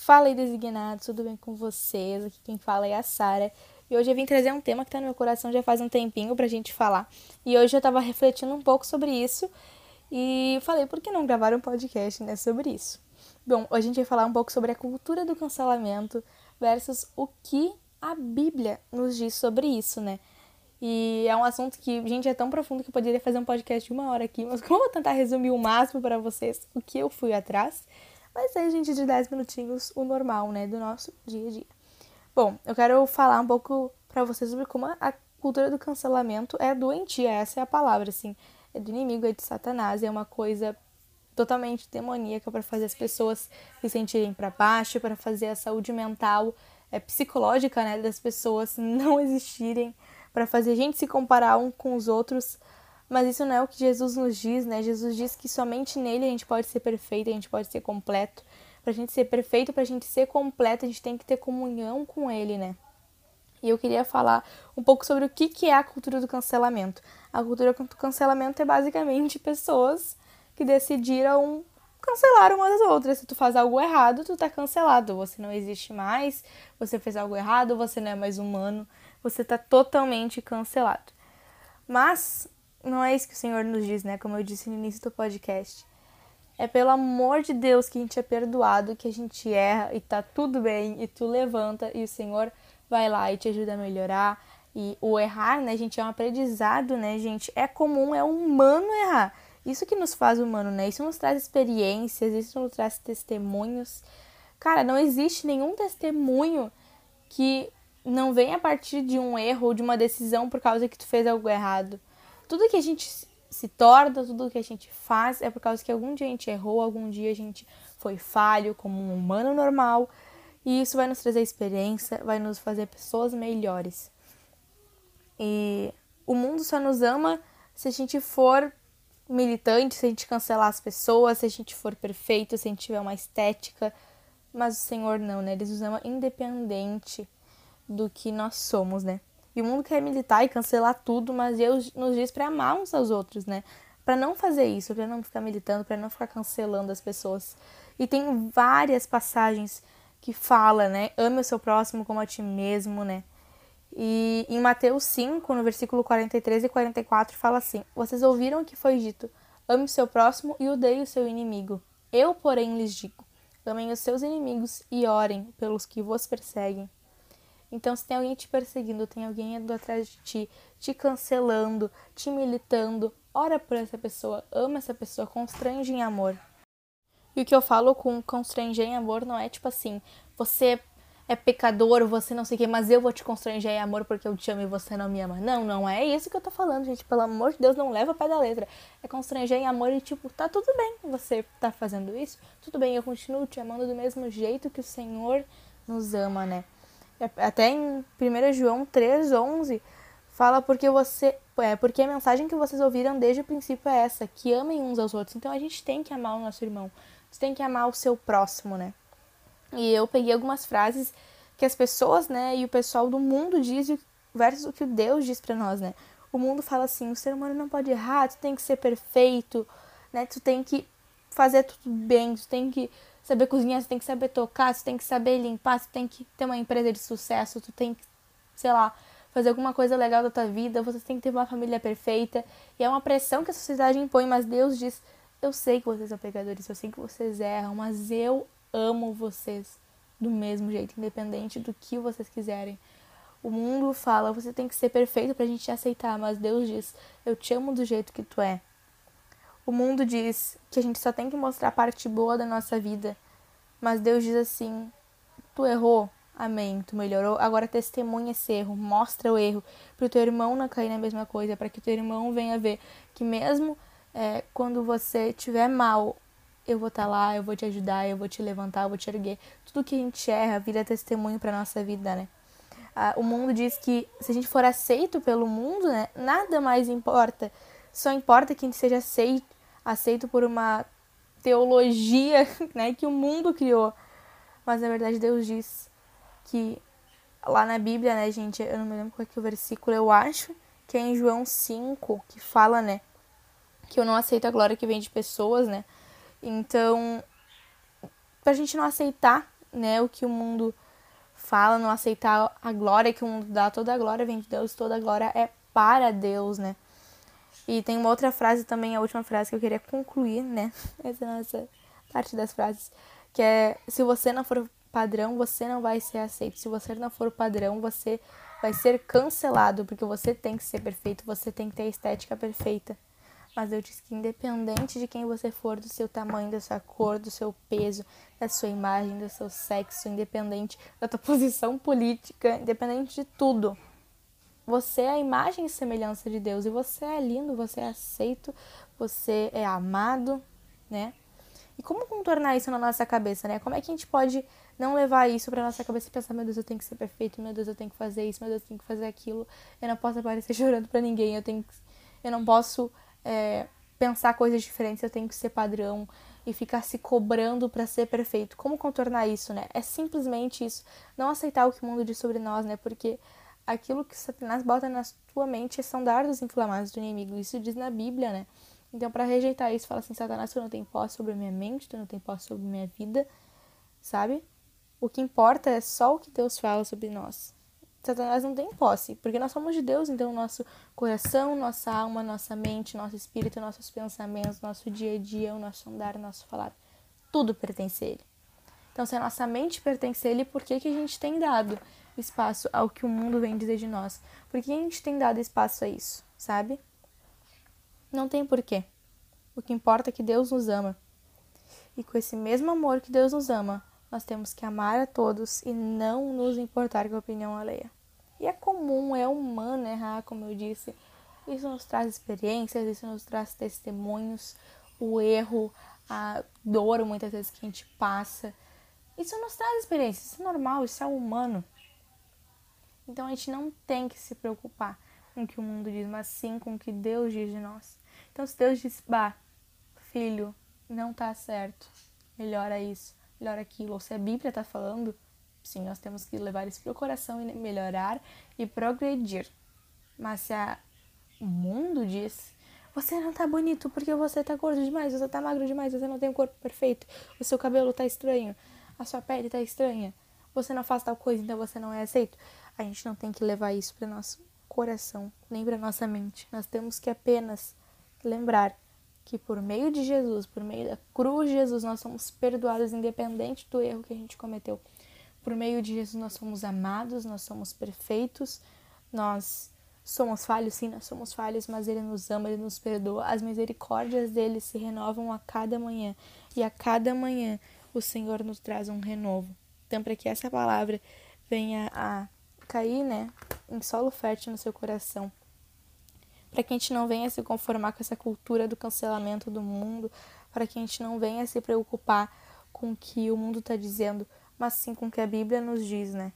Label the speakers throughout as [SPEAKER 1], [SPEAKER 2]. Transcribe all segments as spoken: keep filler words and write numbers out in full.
[SPEAKER 1] Fala aí, designados, tudo bem com vocês? Aqui quem fala é a Sara. E hoje eu vim trazer um tema que tá no meu coração já faz um tempinho pra gente falar. E hoje eu tava refletindo um pouco sobre isso e falei, por que não gravar um podcast, né, sobre isso? Bom, hoje a gente vai falar um pouco sobre a cultura do cancelamento versus o que a Bíblia nos diz sobre isso, né? E é um assunto que, gente, é tão profundo que eu poderia fazer um podcast de uma hora aqui, mas como eu vou tentar resumir o máximo para vocês o que eu fui atrás, vai ser, gente, de dez minutinhos, o normal, né, do nosso dia a dia. Bom, eu quero falar um pouco para vocês sobre como a cultura do cancelamento é doentia, essa é a palavra, assim, é do inimigo, é de Satanás, é uma coisa totalmente demoníaca para fazer as pessoas se sentirem para baixo, para fazer a saúde mental, é, psicológica, né, das pessoas não existirem, para fazer a gente se comparar um com os outros, mas isso não é o que Jesus nos diz, né? Jesus diz que somente nele a gente pode ser perfeito, a gente pode ser completo. Pra gente ser perfeito, pra gente ser completo, a gente tem que ter comunhão com ele, né? E eu queria falar um pouco sobre o que é a cultura do cancelamento. A cultura do cancelamento é basicamente pessoas que decidiram cancelar umas às outras. Se tu faz algo errado, tu tá cancelado. Você não existe mais, você fez algo errado, você não é mais humano, você tá totalmente cancelado. Mas não é isso que o Senhor nos diz, né? Como eu disse no início do podcast. É pelo amor de Deus que a gente é perdoado, que a gente erra e tá tudo bem, e tu levanta e o Senhor vai lá e te ajuda a melhorar. E o errar, né, gente, é um aprendizado, né, gente? É comum, é humano errar. Isso que nos faz humano, né? Isso nos traz experiências, isso nos traz testemunhos. Cara, não existe nenhum testemunho que não vem a partir de um erro ou de uma decisão por causa que tu fez algo errado. Tudo que a gente se torna, tudo que a gente faz é por causa que algum dia a gente errou, algum dia a gente foi falho como um humano normal, e isso vai nos trazer experiência, vai nos fazer pessoas melhores. E o mundo só nos ama se a gente for militante, se a gente cancelar as pessoas, se a gente for perfeito, se a gente tiver uma estética, mas o Senhor não, né? Ele nos ama independente do que nós somos, né? E o mundo quer militar e cancelar tudo, mas Deus nos diz para amar uns aos outros, né? Para não fazer isso, para não ficar militando, para não ficar cancelando as pessoas. E tem várias passagens que fala, né? Ame o seu próximo como a ti mesmo, né? E em Mateus cinco, no versículo quarenta e três e quarenta e quatro, fala assim: Vocês ouviram o que foi dito: ame o seu próximo e odeie o seu inimigo. Eu, porém, lhes digo: amem os seus inimigos e orem pelos que vos perseguem. Então, se tem alguém te perseguindo, tem alguém indo atrás de ti, te cancelando, te militando, ora por essa pessoa, ama essa pessoa, constrange em amor. E o que eu falo com constranger em amor não é tipo assim, você é pecador, você não sei o que, mas eu vou te constranger em amor porque eu te amo e você não me ama. Não, não é isso que eu tô falando, gente. Pelo amor de Deus, não leva a pé da letra. É constranger em amor e tipo, tá tudo bem você tá fazendo isso, tudo bem, eu continuo te amando do mesmo jeito que o Senhor nos ama, né? Até em primeiro João três, onze, fala porque você, é, porque a mensagem que vocês ouviram desde o princípio é essa, que amem uns aos outros. Então a gente tem que amar o nosso irmão, você tem que amar o seu próximo, né? E eu peguei algumas frases que as pessoas, né, e o pessoal do mundo diz versus o que Deus diz pra nós, né? O mundo fala assim, o ser humano não pode errar, tu tem que ser perfeito, né? Tu tem que fazer tudo bem, tu tem que saber cozinhar, tu tem que saber tocar, tu tem que saber limpar, tu tem que ter uma empresa de sucesso, tu tem que, sei lá, fazer alguma coisa legal da tua vida, você tem que ter uma família perfeita. E é uma pressão que a sociedade impõe, mas Deus diz, eu sei que vocês são pecadores, eu sei que vocês erram, mas eu amo vocês do mesmo jeito, independente do que vocês quiserem. O mundo fala, você tem que ser perfeito pra gente te aceitar, mas Deus diz, eu te amo do jeito que tu é. O mundo diz que a gente só tem que mostrar a parte boa da nossa vida, mas Deus diz assim, tu errou, amém, tu melhorou, agora testemunha esse erro, mostra o erro, para o teu irmão não cair na mesma coisa, para que o teu irmão venha ver que mesmo é, quando você estiver mal, eu vou estar lá, eu vou te ajudar, eu vou te levantar, eu vou te erguer. Tudo que a gente erra vira testemunho para nossa vida, né? Ah, o mundo diz que se a gente for aceito pelo mundo, né, nada mais importa. Só importa que a gente seja aceito, aceito por uma teologia, né, que o mundo criou. Mas na verdade Deus diz que lá na Bíblia, né, gente, eu não me lembro qual é que é o versículo, eu acho que é em João cinco, que fala, né, que eu não aceito a glória que vem de pessoas, né. Então, pra gente não aceitar né, o que o mundo fala, não aceitar a glória que o mundo dá. Toda a glória vem de Deus, toda a glória é para Deus, né? E tem uma outra frase também, a última frase que eu queria concluir, né? Essa é a nossa parte das frases, que é: se você não for padrão, você não vai ser aceito. Se você não for padrão, você vai ser cancelado, porque você tem que ser perfeito, você tem que ter a estética perfeita. Mas eu disse que independente de quem você for, do seu tamanho, da sua cor, do seu peso, da sua imagem, do seu sexo, independente da tua posição política, independente de tudo, você é a imagem e semelhança de Deus. E você é lindo, você é aceito, você é amado, né? E como contornar isso na nossa cabeça, né? Como é que a gente pode não levar isso pra nossa cabeça e pensar: meu Deus, eu tenho que ser perfeito, meu Deus, eu tenho que fazer isso, meu Deus, eu tenho que fazer aquilo, eu não posso aparecer chorando pra ninguém, eu tenho que... eu não posso é, pensar coisas diferentes, eu tenho que ser padrão e ficar se cobrando pra ser perfeito. Como contornar isso, né? É simplesmente isso. Não aceitar o que o mundo diz sobre nós, né? Porque aquilo que Satanás bota na tua mente são dardos inflamados do inimigo. Isso diz na Bíblia, né? Então, para rejeitar isso, fala assim: Satanás, tu não tem posse sobre a minha mente, tu não tem posse sobre a minha vida, sabe? O que importa é só o que Deus fala sobre nós. Satanás não tem posse, porque nós somos de Deus, então nosso coração, nossa alma, nossa mente, nosso espírito, nossos pensamentos, nosso dia a dia, o nosso andar, o nosso falar, tudo pertence a Ele. Então, se a nossa mente pertence a Ele, por que que a gente tem dado espaço ao que o mundo vem dizer de nós? Por que a gente tem dado espaço a isso, sabe? Não tem porquê. O que importa é que Deus nos ama. E com esse mesmo amor que Deus nos ama, nós temos que amar a todos e não nos importar com a opinião alheia. E é comum, é humano errar, como eu disse. Isso nos traz experiências, isso nos traz testemunhos, o erro, a dor muitas vezes que a gente passa. Isso nos traz experiências, isso é normal, isso é humano. Então a gente não tem que se preocupar com o que o mundo diz, mas sim com o que Deus diz de nós. Então se Deus diz: bah, filho, não tá certo, melhora isso, melhora aquilo, ou se a Bíblia tá falando, sim, nós temos que levar isso pro coração e melhorar e progredir. Mas se a... o mundo diz: você não tá bonito porque você tá gordo demais, você tá magro demais, você não tem um corpo perfeito, o seu cabelo tá estranho, a sua pele tá estranha, você não faz tal coisa, então você não é aceito. A gente não tem que levar isso para nosso coração, nem para nossa mente. Nós temos que apenas lembrar que por meio de Jesus, por meio da cruz de Jesus, nós somos perdoados independente do erro que a gente cometeu. Por meio de Jesus nós somos amados, nós somos perfeitos, nós somos falhos, sim, nós somos falhos, mas Ele nos ama, Ele nos perdoa. As misericórdias dele se renovam a cada manhã, e a cada manhã o Senhor nos traz um renovo. Então, para que essa palavra venha a cair, né, em solo fértil no seu coração, para que a gente não venha se conformar com essa cultura do cancelamento do mundo, para que a gente não venha se preocupar com o que o mundo está dizendo, mas sim com o que a Bíblia nos diz, né?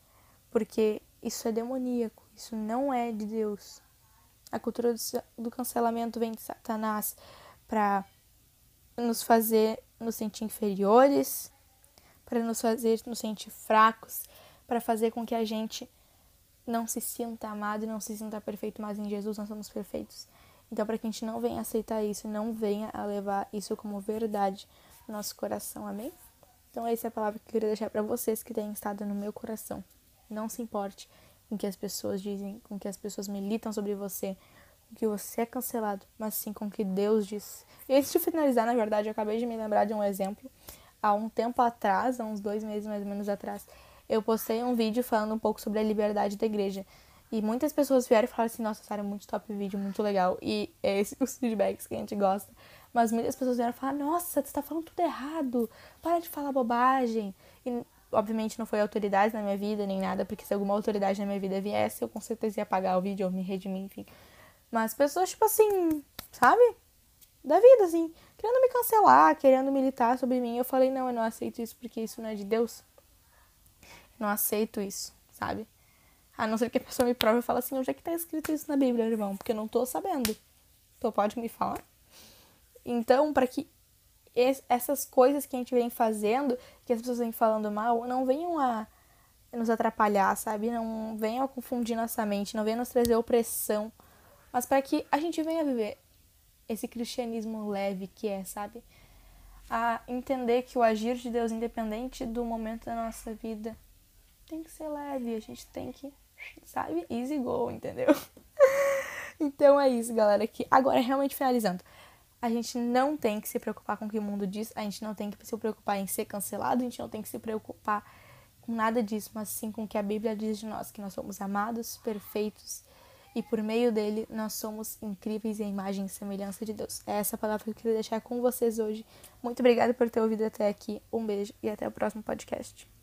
[SPEAKER 1] Porque isso é demoníaco, isso não é de Deus. A cultura do cancelamento vem de Satanás para nos fazer nos sentir inferiores, para nos fazer nos sentir fracos, para fazer com que a gente não se sinta amado e não se sinta perfeito, mas em Jesus nós somos perfeitos. Então, para que a gente não venha aceitar isso, não venha a levar isso como verdade no nosso coração, amém? Então, essa é a palavra que eu queria deixar para vocês que têm estado no meu coração. Não se importe com o que as pessoas dizem, com o que as pessoas militam sobre você, com que você é cancelado, mas sim com o que Deus diz. E antes de finalizar, na verdade, eu acabei de me lembrar de um exemplo. Há um tempo atrás, há uns dois meses mais ou menos atrás, eu postei um vídeo falando um pouco sobre a liberdade da igreja. E muitas pessoas vieram e falaram assim: nossa, Sara, muito top o vídeo, muito legal. E é esses os feedbacks que a gente gosta. Mas muitas pessoas vieram falar: nossa, você tá falando tudo errado, para de falar bobagem. E obviamente não foi autoridade na minha vida, nem nada, porque se alguma autoridade na minha vida viesse, eu com certeza ia apagar o vídeo ou me redimir, enfim. Mas pessoas, tipo assim, sabe? Da vida, assim, querendo me cancelar, querendo militar sobre mim. Eu falei: não, eu não aceito isso porque isso não é de Deus. Não aceito isso, sabe? A não ser que a pessoa me prove e fale assim: onde é que tá escrito isso na Bíblia, irmão? Porque eu não tô sabendo. Então pode me falar? Então, para que essas coisas que a gente vem fazendo, que as pessoas vêm falando mal, não venham a nos atrapalhar, sabe? Não venham a confundir nossa mente, não venham nos trazer opressão, mas para que a gente venha viver esse cristianismo leve que é, sabe? a entender que o agir de Deus, independente do momento da nossa vida, tem que ser leve, a gente tem que, sabe, easy go, entendeu? Então é isso, galera, que agora realmente finalizando. A gente não tem que se preocupar com o que o mundo diz, a gente não tem que se preocupar em ser cancelado, a gente não tem que se preocupar com nada disso, mas sim com o que a Bíblia diz de nós, que nós somos amados, perfeitos, e por meio dele nós somos incríveis em imagem e semelhança de Deus. É essa palavra que eu queria deixar com vocês hoje. Muito obrigada por ter ouvido até aqui, um beijo e até o próximo podcast.